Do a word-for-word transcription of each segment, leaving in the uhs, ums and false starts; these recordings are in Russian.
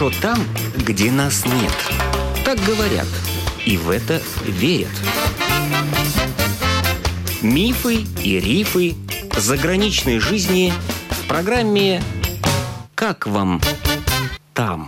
хорошо там, где нас нет. Так говорят, и в это верят. Мифы и рифы заграничной жизни в программе «Как вам там?».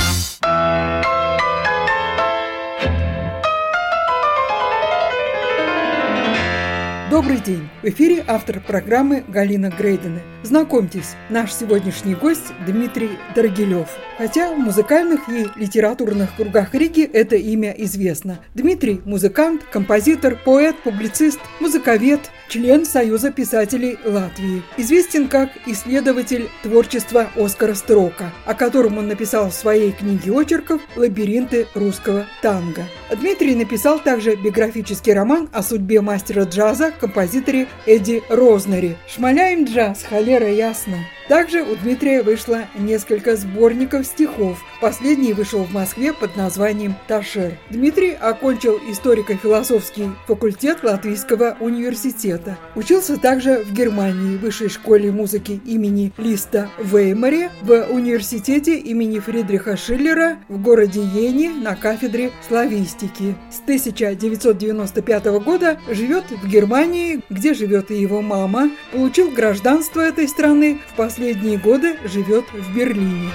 Добрый день! В эфире автор программы Галина Грейдены. Знакомьтесь, наш сегодняшний гость Дмитрий Дорогилев. Хотя в музыкальных и литературных кругах Риги это имя известно. Дмитрий – музыкант, композитор, поэт, публицист, музыковед, член Союза писателей Латвии. Известен как исследователь творчества Оскара Строка, о котором он написал в своей книге очерков «Лабиринты русского танго». Дмитрий написал также биографический роман о судьбе мастера джаза, композиторе Эдди Рознере. «Шмаляем джаз, холера ясно». Также у Дмитрия вышло несколько сборников стихов. Последний вышел в Москве под названием «Ташер». Дмитрий окончил историко-философский факультет Латвийского университета. Учился также в Германии, в Высшей школе музыки имени Листа в Веймаре, в университете имени Фридриха Шиллера в городе Йене на кафедре славистики. С тысяча девятьсот девяносто пятого года живет в Германии, где живет и его мама. Получил гражданство этой страны, в последние годы живет в Берлине.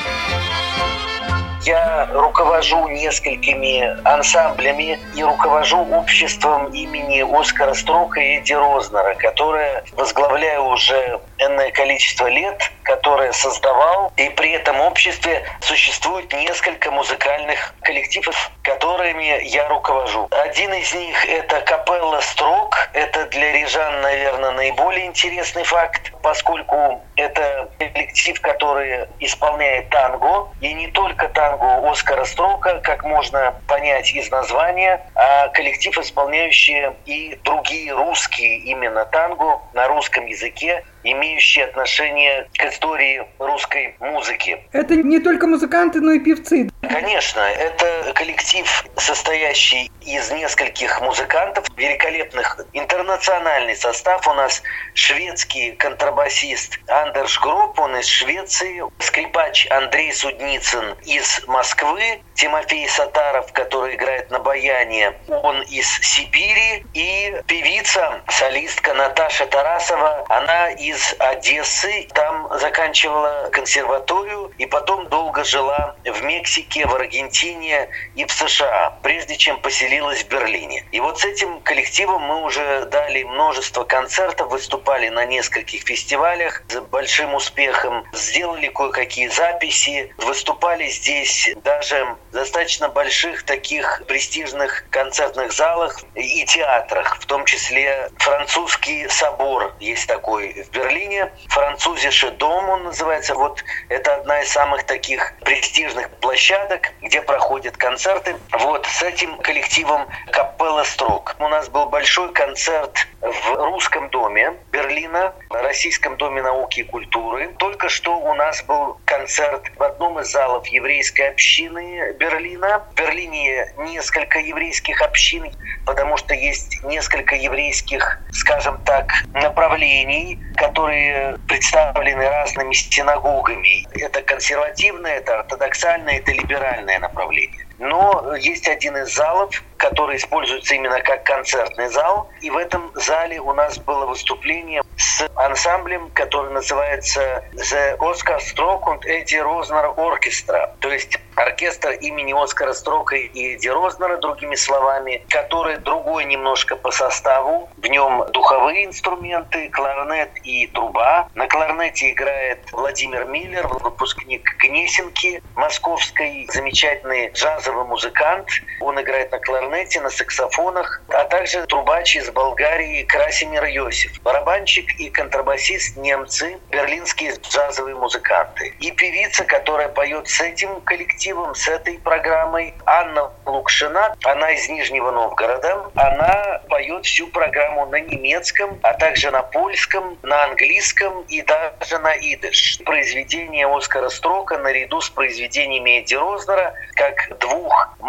Я руковожу несколькими ансамблями и руковожу обществом имени Оскара Строка и Эдди Рознера, которое возглавляю уже энное количество лет, которое создавал. И при этом обществе существует несколько музыкальных коллективов, которыми я руковожу. Один из них – это Капелла Строк. Это для рижан, наверное, наиболее интересный факт, поскольку это коллектив, который исполняет танго. И не только танго Оскара Строка, как можно понять из названия, а коллектив, исполняющий и другие русские именно танго на русском языке, имеющие отношение к истории русской музыки. Это не только музыканты, но и певцы. Конечно, это коллектив, состоящий из нескольких музыкантов, великолепных. Интернациональный состав. У нас шведский контрабасист Андерс Гроп, он из Швеции, скрипач Андрей Судницын из Москвы, Тимофей Сатаров, который играет на баяне, он из Сибири, и певица, солистка Наташа Тарасова, она из Одессы, там заканчивала консерваторию и потом долго жила в Мексике, в Аргентине и в США, прежде чем поселилась в Берлине. И вот с этим коллективом мы уже дали множество концертов, выступали на нескольких фестивалях с большим успехом, сделали кое-какие записи, выступали здесь даже в достаточно больших таких престижных концертных залах и театрах, в том числе французский собор есть такой в Берлине, французише дом он называется. Вот это одна из самых таких престижных площадок, где проходят концерты. Вот с этим коллективом Капелла Строк. У нас был большой концерт в Русском доме Берлина, Российском доме науки и культуры. Только что у нас был концерт в одном из залов еврейской общины Берлина. В Берлине несколько еврейских общин, потому что есть несколько еврейских, скажем так, направлений, которые представлены разными синагогами. Это консервативное, это ортодоксальное, это либеральное направление. Но есть один из залов, который используется именно как концертный зал. И в этом зале у нас было выступление с ансамблем, который называется The Oscar Stroke and Eddie Rosner Orchestra. То есть оркестр имени Оскара Строка и Эдди Рознера, другими словами, который другой немножко по составу. В нем духовые инструменты, кларнет и труба. На кларнете играет Владимир Миллер, выпускник Гнесинки московской, замечательный джазовый музыкант. Он играет на кларнете, на саксофонах, а также трубач из Болгарии Красимир Йосиф. Барабанщик и контрабасист немцы, берлинские джазовые музыканты. И певица, которая поет с этим коллективом, с этой программой, Анна Лукшина, она из Нижнего Новгорода. Она поет всю программу на немецком, а также на польском, на английском и даже на идиш. Произведения Оскара Строка наряду с произведениями Эдди Рознера, как двух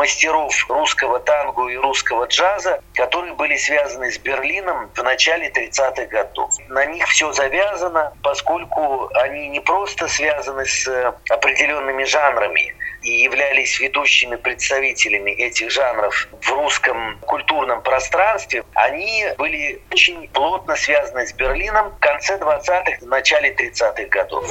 мастеров русского танго и русского джаза, которые были связаны с Берлином в начале тридцатых годов. На них все завязано, поскольку они не просто связаны с определенными жанрами и являлись ведущими представителями этих жанров в русском культурном пространстве, они были очень плотно связаны с Берлином в конце двадцатых, в начале тридцатых годов.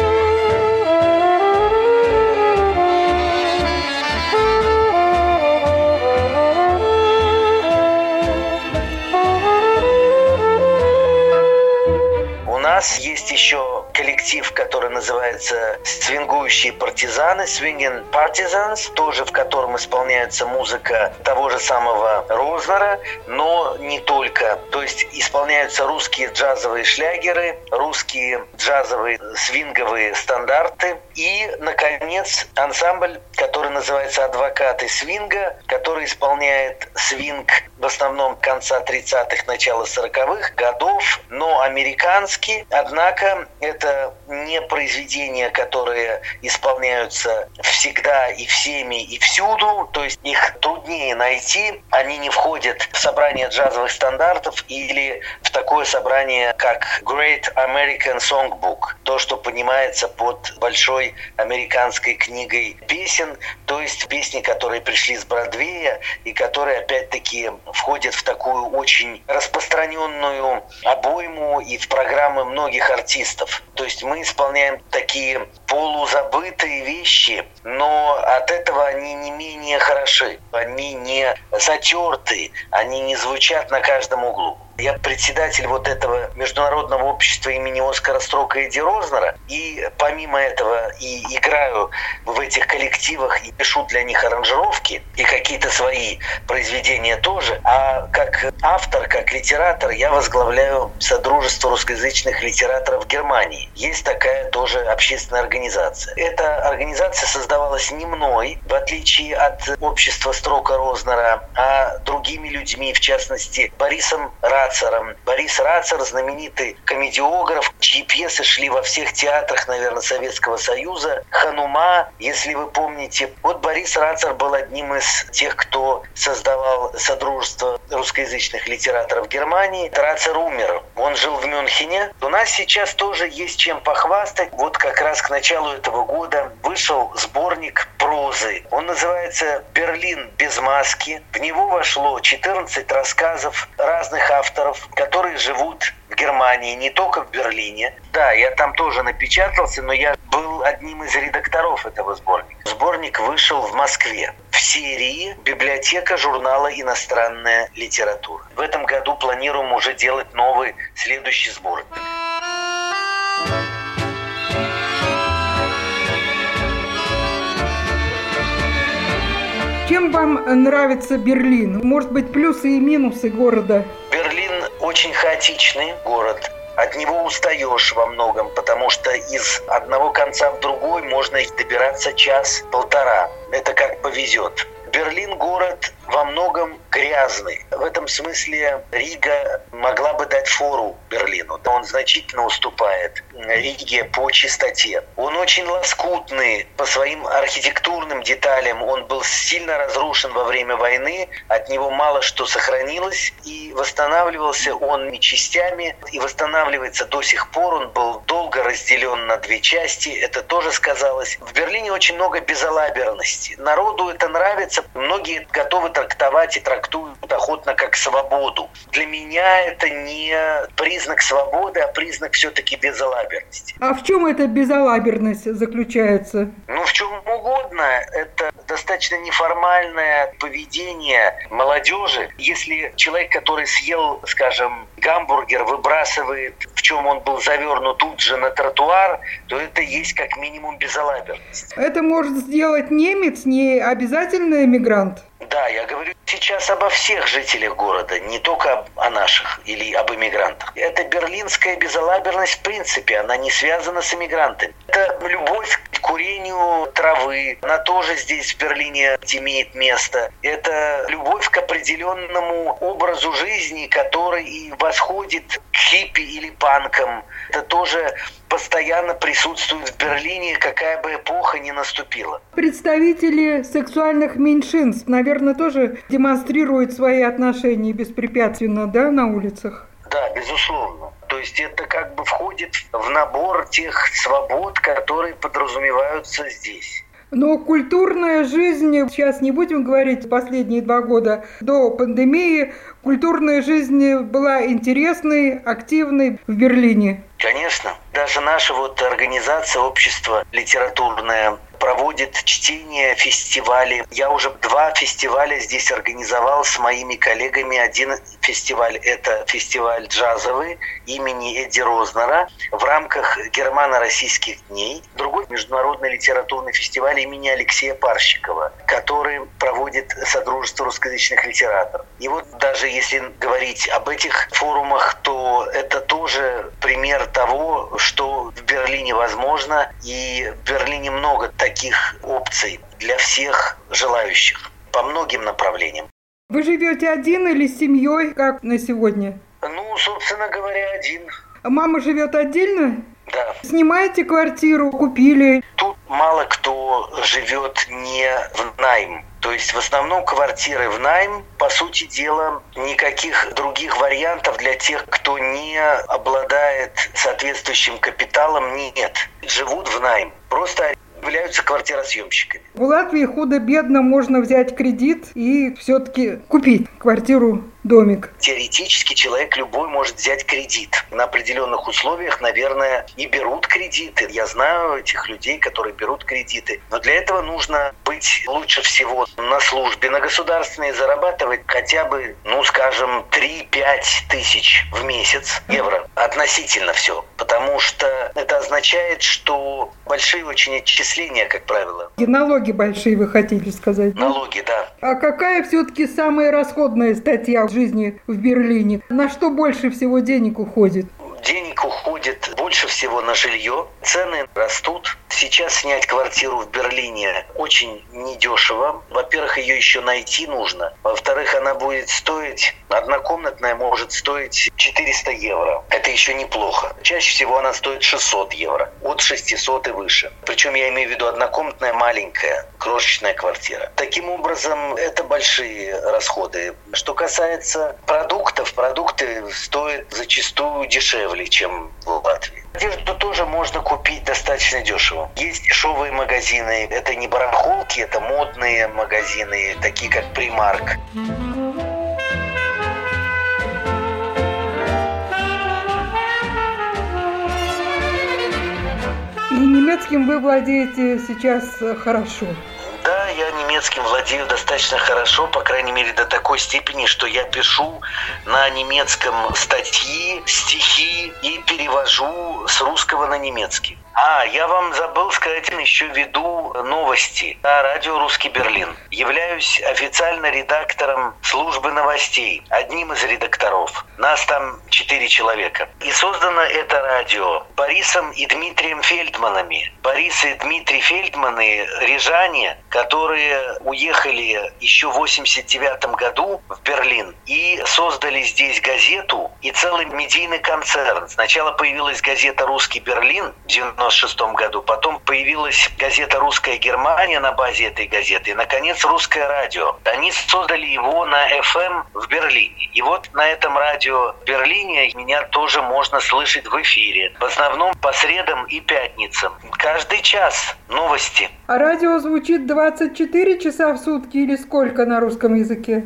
У нас есть еще коллектив, который называется «Свингующие партизаны», «Swinging Partisans», тоже в котором исполняется музыка того же самого Рознера, но не только. То есть исполняются русские джазовые шлягеры, русские джазовые свинговые стандарты и, наконец, ансамбль, который называется «Адвокаты свинга», который исполняет свинг в основном конца тридцатых, начала сороковых годов, но американский. Однако это не произведения, которые исполняются всегда и всеми и всюду, то есть их труднее найти, они не входят в собрание джазовых стандартов или в такое собрание, как Great American Songbook, то, что понимается под большой американской книгой песен, то есть песни, которые пришли с Бродвея и которые, опять-таки, входят в такую очень распространенную обойму и в программы многих артистов. То есть мы исполняем такие полузабытые вещи, но от этого они не менее хороши, они не затерты, они не звучат на каждом углу. Я председатель вот этого международного общества имени Оскара Строка и Эдди Рознера, и помимо этого и играю в этих коллективах и пишу для них аранжировки и какие-то свои произведения тоже. А как автор, как литератор я возглавляю Содружество русскоязычных литераторов Германии. Есть такая тоже общественная организация. Эта организация создавалась не мной, в отличие от общества Строка Рознера, а другими людьми, в частности Борисом Рацером. Борис Рацер, знаменитый комедиограф, чьи пьесы шли во всех театрах, наверное, Советского Союза. «Ханума», если вы помните. Вот Борис Рацер был одним из тех, кто создавал Содружество русскоязычных литераторов Германии. Рацер умер. Он жил в Мюнхене. У нас сейчас тоже есть чем похвастать. Вот как раз к началу этого года вышел сборник прозы. Он называется «Берлин без маски». В него вошло четырнадцать рассказов разных авторов, которые живут в Германии, не только в Берлине. Да, я там тоже напечатался, но я был одним из редакторов этого сборника. Сборник вышел в Москве в серии «Библиотека журнала «Иностранная литература». В этом году планируем уже делать новый, следующий сборник. Чем вам нравится Берлин? Может быть, плюсы и минусы города? Берлин очень хаотичный город. От него устаешь во многом, потому что из одного конца в другой можно добираться час-полтора. Это как повезет. Берлин город во многом грязный. В этом смысле Рига могла бы дать фору Берлину. Он значительно уступает Риге по чистоте. Он очень лоскутный по своим архитектурным деталям. Он был сильно разрушен во время войны. От него мало что сохранилось. И восстанавливался он частями. И восстанавливается до сих пор. Он был долго разделен на две части. Это тоже сказалось. В Берлине очень много безалаберности. Народу это нравится. Многие готовы трактовать и трактуют охотно как свободу. Для меня это не признак свободы, а признак все-таки безалаберности. А в чем эта безалаберность заключается? Ну, в чем угодно. Это достаточно неформальное поведение молодежи. Если человек, который съел, скажем, гамбургер, выбрасывает, в чем он был завернут тут же на тротуар, то это есть как минимум безалаберность. Это может сделать немец, не обязательно эмигрант? Да, я говорю сейчас сейчас обо всех жителях города, не только о наших или об иммигрантах. Это берлинская безалаберность в принципе, она не связана с иммигрантами. Это любовь к курению травы, она тоже здесь в Берлине имеет место. Это любовь к определенному образу жизни, который и восходит к хиппи или панкам. Это тоже постоянно присутствует в Берлине, какая бы эпоха ни наступила. Представители сексуальных меньшинств, наверное, тоже демонстрируют свои отношения беспрепятственно, да, на улицах? Да, безусловно. То есть это как бы входит в набор тех свобод, которые подразумеваются здесь. Но культурная жизнь, сейчас не будем говорить последние два года до пандемии, культурная жизнь была интересной, активной в Берлине. Конечно. Даже наша вот организация, общество литературное, проводит чтения, фестивали. Я уже два фестиваля здесь организовал с моими коллегами. Один фестиваль – это фестиваль джазовый имени Эдди Рознера в рамках германо-российских дней. Другой – международный литературный фестиваль имени Алексея Парщикова, который проводит Содружество русскоязычных литераторов. И вот даже если говорить об этих форумах, то это тоже пример того, что в Берлине возможно. И в Берлине много таких таких опций для всех желающих по многим направлениям. Вы живете один или с семьей, как на сегодня? Ну, собственно говоря, один. Мама живет отдельно? Да. Снимаете квартиру, купили? Тут мало кто живет не в найм. То есть в основном квартиры в найм. По сути дела, никаких других вариантов для тех, кто не обладает соответствующим капиталом, нет. Живут в найм. Просто являются квартиросъемщиками. В Латвии худо-бедно можно взять кредит и все-таки купить квартиру, домик. Теоретически человек любой может взять кредит. На определенных условиях, наверное, и берут кредиты. Я знаю этих людей, которые берут кредиты. Но для этого нужно быть лучше всего на службе, на государственной, зарабатывать хотя бы, ну, скажем, три-пять тысяч в месяц евро. Относительно все. Потому что это означает, что большие очень отчисления, как правило. И налоги большие, вы хотели сказать? Налоги, да. А какая все-таки самая расходная статья в жизни в Берлине? На что больше всего денег уходит? Денег уходит больше всего на жилье. Цены растут. Сейчас снять квартиру в Берлине очень недешево. Во-первых, ее еще найти нужно. Во-вторых, она будет стоить, однокомнатная может стоить четыреста евро. Это еще неплохо. Чаще всего она стоит шестьсот евро. От шестисот и выше. Причем я имею в виду однокомнатная маленькая, крошечная квартира. Таким образом, это большие расходы. Что касается продуктов, продукты стоят зачастую дешевле, чем в Латвии. Одежду тоже можно купить достаточно дешево. Есть дешевые магазины. Это не барахолки, это модные магазины, такие как Primark. И немецким вы владеете сейчас хорошо? Да, я немецким владею достаточно хорошо, по крайней мере до такой степени, что я пишу на немецком статьи, стихи и перевожу с русского на немецкий. А, я вам забыл сказать, еще веду новости на радио «Русский Берлин». Являюсь официально редактором службы новостей, одним из редакторов. Нас там четыре человека. И создано это радио Борисом и Дмитрием Фельдманами. Борис и Дмитрий Фельдманы – рижане, которые уехали еще в восемьдесят девятом году в Берлин и создали здесь газету и целый медийный концерн. Сначала появилась газета «Русский Берлин» в девяносто шестом году, потом появилась газета «Русская Германия» на базе этой газеты, и, наконец, «Русское радио». Они создали его на эф эм в Берлине. И вот на этом радио в Берлине меня тоже можно слышать в эфире. В основном по средам и пятницам. Каждый час новости. А радио звучит двадцать четыре часа в сутки или сколько на русском языке? двадцать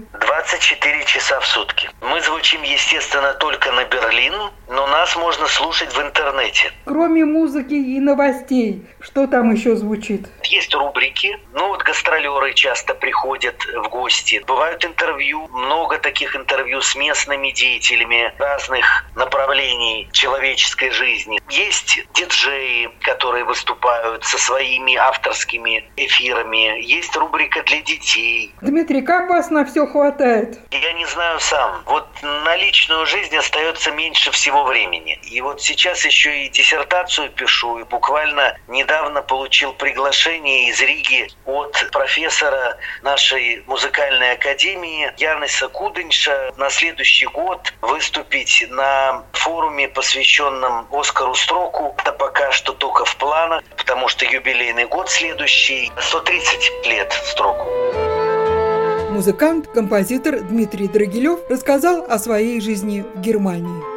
двадцать четыре часа в сутки. Мы звучим, естественно, только на Берлин, но нас можно слушать в интернете. Кроме музыки и новостей, что там еще звучит? Есть рубрики. Ну вот гастролеры часто приходят в гости. Бывают интервью, много таких интервью с местными деятелями разных направлений человеческой жизни. Есть диджеи, которые выступают со своими авторскими эфирами. Есть рубрика для детей. Дмитрий, как вас на все хватает? Я не знаю сам. Вот на личную жизнь остается меньше всего времени. И вот сейчас еще и диссертацию пишу, и буквально недавно получил приглашение из Риги от профессора нашей музыкальной академии Яниса Кудинша на следующий год выступить на форуме, посвященном Оскару Строку. Это пока что только в планах, потому что юбилейный год следующий, сто тридцать лет Строку. Музыкант, композитор Дмитрий Драгилев рассказал о своей жизни в Германии.